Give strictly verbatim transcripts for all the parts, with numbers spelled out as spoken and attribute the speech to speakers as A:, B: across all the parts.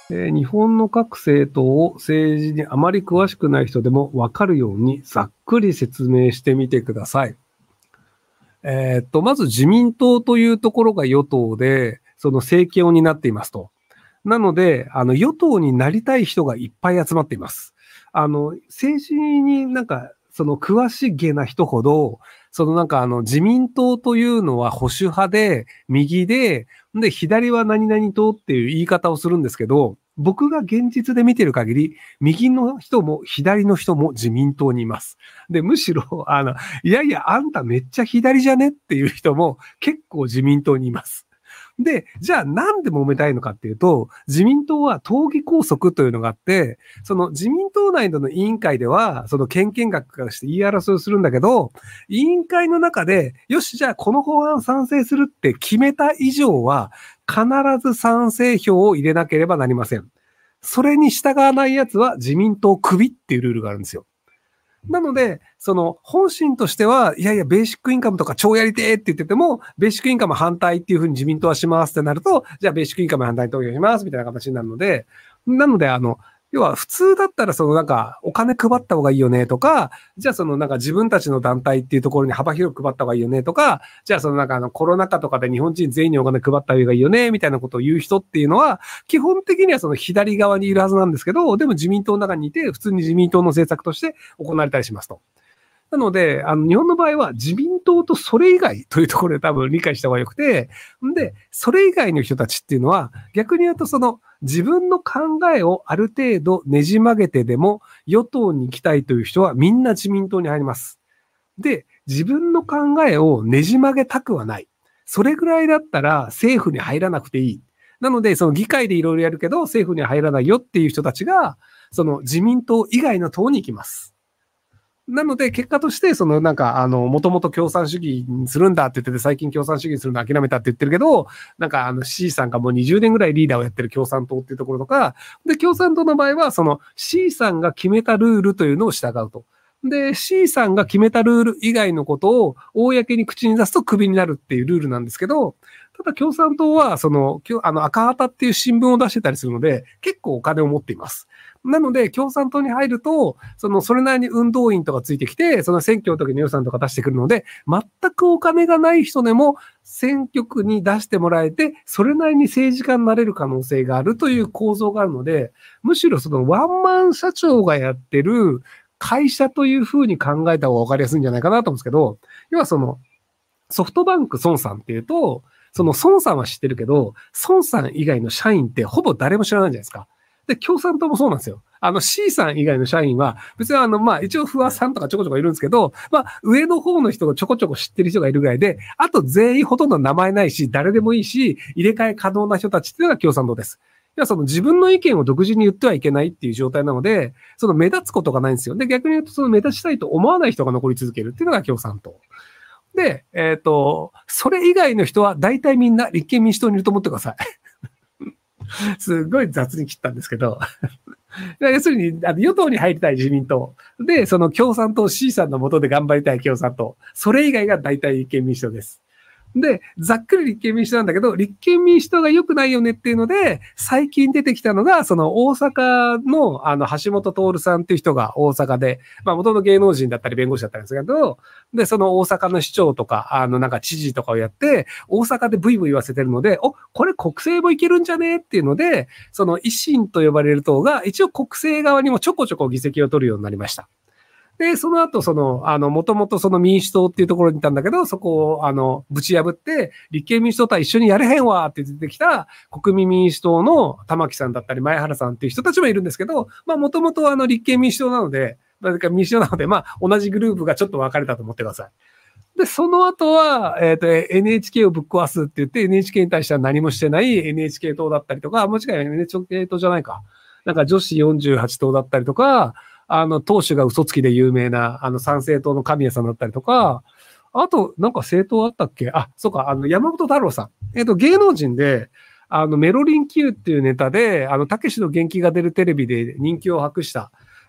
A: えー日本の各政党を政治にあまり詳しくない人でもわかるようにざっくり説明してみてください。えーっと、まず自民党というところが与党で、その政権を担っていますと。なので、あの、与党になりたい人がいっぱい集まっています。あの、政治になんか、その詳しげな人ほど、そのなんかあの、自民党というのは保守派で、右で、で、左は何々党っていう言い方をするんですけど、僕が現実で見てる限り、右の人も左の人も自民党にいます。で、むしろ、あの、いやいや、あんためっちゃ左じゃねっていう人も結構自民党にいます。で、じゃあなんで揉めたいのかっていうと、自民党は党議拘束というのがあって、その自民党内の委員会では、その権限学からして言い争いをするんだけど、委員会の中で、よし、じゃあこの法案賛成するって決めた以上は、必ず賛成票を入れなければなりません。それに従わないやつは自民党首っていうルールがあるんですよ。なので、その本心としては、いやいや、ベーシックインカムとか超やりてーって言ってても、ベーシックインカム反対っていうふうに自民党はしますってなると、じゃあベーシックインカム反対投票しますみたいな形になるので、なので、あの、要は普通だったらそのなんかお金配った方がいいよねとか、じゃあそのなんか自分たちの団体っていうところに幅広く配った方がいいよねとか、じゃあそのなんかあのコロナ禍とかで日本人全員にお金配った方がいいよねみたいなことを言う人っていうのは、基本的にはその左側にいるはずなんですけど、でも自民党の中にいて普通に自民党の政策として行われたりしますと。なので、あの、日本の場合は自民党とそれ以外というところで多分理解した方がよくて、で、それ以外の人たちっていうのは、逆に言うとその自分の考えをある程度ねじ曲げてでも与党に行きたいという人はみんな自民党に入ります。で、自分の考えをねじ曲げたくはない。それぐらいだったら政府に入らなくていい。なので、その議会でいろいろやるけど政府には入らないよっていう人たちが、その自民党以外の党に行きます。なので、結果として、そのなんか、あの、もともと共産主義にするんだって言ってて、最近共産主義にするの諦めたって言ってるけど、なんか、あの、C さんがもうにじゅうねんぐらいリーダーをやってる共産党っていうところとか、で、共産党の場合は、その C さんが決めたルールというのを従うと。で、C さんが決めたルール以外のことを公に口に出すとクビになるっていうルールなんですけど、ただ共産党は、その、あの、赤旗っていう新聞を出してたりするので、結構お金を持っています。なので、共産党に入ると、その、それなりに運動員とかついてきて、その選挙の時の予算とか出してくるので、全くお金がない人でも選挙区に出してもらえて、それなりに政治家になれる可能性があるという構造があるので、むしろそのワンマン社長がやってる会社というふうに考えた方が分かりやすいんじゃないかなと思うんですけど、要はその、ソフトバンク孫さんっていうと、その孫さんは知ってるけど、孫さん以外の社員ってほぼ誰も知らないじゃないですか。で、共産党もそうなんですよ。あの C さん以外の社員は、別にあの、まあ一応不破さんとかちょこちょこいるんですけど、まあ上の方の人がちょこちょこ知ってる人がいるぐらいで、あと全員ほとんど名前ないし、誰でもいいし、入れ替え可能な人たちっていうのが共産党です。要はその自分の意見を独自に言ってはいけないっていう状態なので、その目立つことがないんですよ。で、逆に言うとその目立ちたいと思わない人が残り続けるっていうのが共産党。で、えっ、ー、と、それ以外の人は大体みんな立憲民主党にいると思ってください。すごい雑に切ったんですけど。要するに、与党に入りたい自民党。で、その共産党 C さんの下で頑張りたい共産党。それ以外が大体立憲民主党です。で、ざっくり立憲民主党なんだけど、立憲民主党が良くないよねっていうので、最近出てきたのが、その大阪の、あの、橋本徹さんっていう人が大阪で、まあ、元々芸能人だったり弁護士だったんですけど、で、その大阪の市長とか、あの、なんか知事とかをやって、大阪でブイブイ言わせてるので、お、これ国政もいけるんじゃねっていうので、その維新と呼ばれる党が、一応国政側にもちょこちょこ議席を取るようになりました。で、その後、その、あの、もともとその民主党っていうところにいたんだけど、そこを、あの、ぶち破って、立憲民主党とは一緒にやれへんわって出てきた、国民民主党の玉木さんだったり、前原さんっていう人たちもいるんですけど、まあ、もともとあの、立憲民主党なので、だから民主党なので、まあ、同じグループがちょっと分かれたと思ってください。で、その後は、えっと、エヌエイチケー をぶっ壊すって言って、エヌエイチケー に対しては何もしてない エヌエイチケー 党だったりとか、もちろん エヌエイチケー 党じゃないか。なんか女子よんじゅうはち党だったりとか、あの、党首が嘘つきで有名な、あの、参政党の神谷さんだったりとか、あと、なんか政党あったっけあ、そうか、あの、山本太郎さん。えっと、芸能人で、あの、メロリン Q っていうネタで、あの、たけしの元気が出るテレビで人気を博した、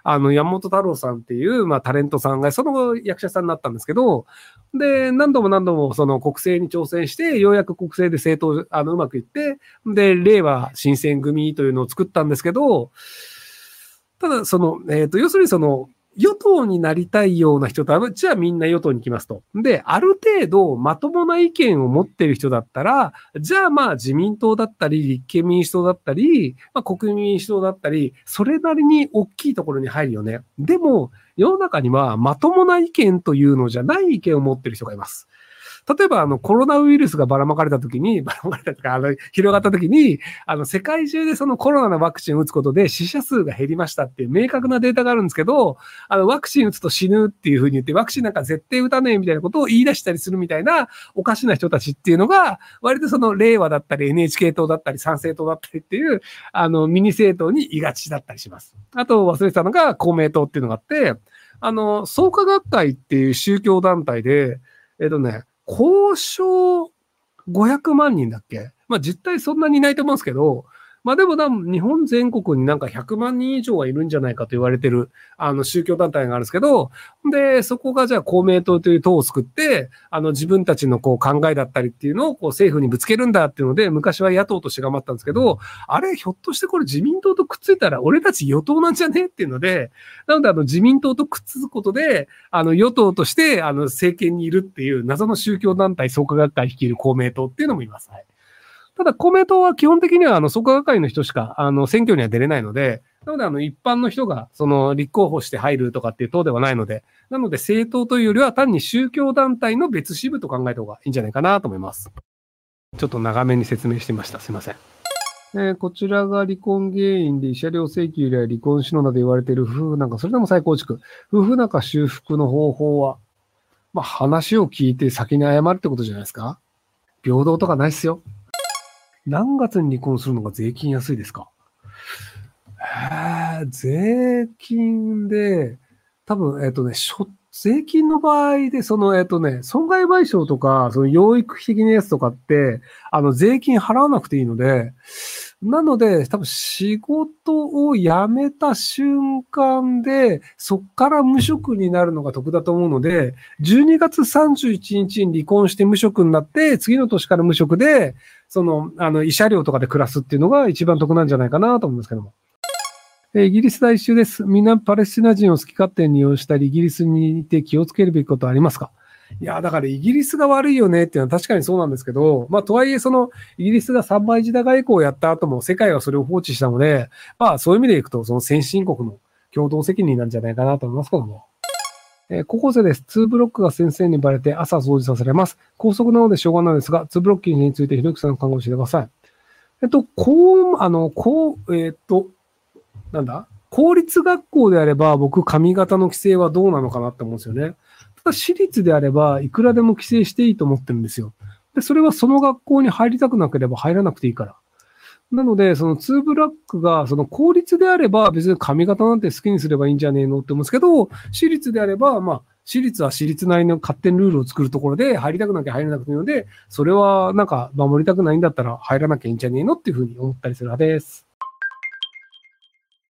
A: あの、山本太郎さんっていう、まあ、タレントさんが、その後役者さんになったんですけど、で、何度も何度もその国政に挑戦して、ようやく国政で政党、あの、うまくいって、で、令和新選組というのを作ったんですけど、ただ、その、えっと、要するにその、与党になりたいような人と、じゃあみんな与党に来ますと。で、ある程度まともな意見を持ってる人だったら、じゃあまあ自民党だったり、立憲民主党だったり、まあ、国民民主党だったり、それなりに大きいところに入るよね。でも、世の中にはまともな意見というのじゃない意見を持ってる人がいます。例えば、あの、コロナウイルスがばらまかれたときに、ばらまかれたとか、あの、広がったときに、あの、世界中でそのコロナのワクチンを打つことで死者数が減りましたっていう明確なデータがあるんですけど、あの、ワクチン打つと死ぬっていうふうに言って、ワクチンなんか絶対打たねえみたいなことを言い出したりするみたいなおかしな人たちっていうのが、割とその令和だったり エヌエイチケー 党だったり参政党だったりっていう、あの、ミニ政党にいがちだったりします。あと忘れてたのが公明党っていうのがあって、あの、創価学会っていう宗教団体で、えっとね、交渉ごひゃくまんにんだっけ？まあ実態そんなにいないと思うんですけど、まあでも多分日本全国になんかひゃくまんにん以上はいるんじゃないかと言われてる、あの宗教団体があるんですけど、で、そこがじゃあ公明党という党を作って、あの自分たちのこう考えだったりっていうのをこう政府にぶつけるんだっていうので、昔は野党として頑張ったんですけど、あれ、ひょっとしてこれ自民党とくっついたら俺たち与党なんじゃねっていうので、なのであの自民党とくっつくことで、あの与党としてあの政権にいるっていう謎の宗教団体創価学会率いる公明党っていうのもいます。はい。ただ公明党は基本的にはあの創価学会の人しかあの選挙には出れないので、なのであの一般の人がその立候補して入るとかっていう党ではないので、なので政党というよりは単に宗教団体の別支部と考えた方がいいんじゃないかなと思います。ちょっと長めに説明してみました。すいません。えー、こちらが離婚原因で慰謝料請求や離婚しのなど言われている夫婦なんか、それでも再構築。夫婦仲修復の方法は、まあ話を聞いて先に謝るってことじゃないですか。平等とかないっすよ。何月に離婚するのが税金安いですか？へー、税金で、多分、えっとね、税金の場合で、その、えっとね、損害賠償とか、その養育費的なやつとかって、あの、税金払わなくていいので、なので、多分仕事を辞めた瞬間で、そっから無職になるのが得だと思うので、じゅうにがつさんじゅういちにちに離婚して無職になって、次の年から無職で、その、あの、慰謝料とかで暮らすっていうのが一番得なんじゃないかなと思うんですけども。イギリス在住です。みんなパレスチナ人を好き勝手に利用したり、イギリスにいて気をつけるべきことはありますか？いや、だからイギリスが悪いよねっていうのは確かにそうなんですけど、まあ、とはいえ、その、イギリスが三枚舌外交をやった後も世界はそれを放置したので、まあ、そういう意味でいくと、その先進国の共同責任なんじゃないかなと思いますけども。えー、高校生です。ツーブロックが先生にバレて朝掃除させられます。高速なのでしょうがないですが、ツーブロックについてひろゆきさんの考えを教えてください。えっと、こう、あの、こう、えっと、なんだ公立学校であれば、僕、髪型の規制はどうなのかなって思うんですよね。ただ、私立であれば、いくらでも規制していいと思ってるんですよ。で、それはその学校に入りたくなければ入らなくていいから。なので、そのツーブラックが、その公立であれば、別に髪型なんて好きにすればいいんじゃねえのって思うんですけど、私立であれば、まあ、私立は私立なりの勝手にルールを作るところで、入りたくなきゃ入れなくていいので、それはなんか守りたくないんだったら入らなきゃいいんじゃねえのっていうふうに思ったりする派です。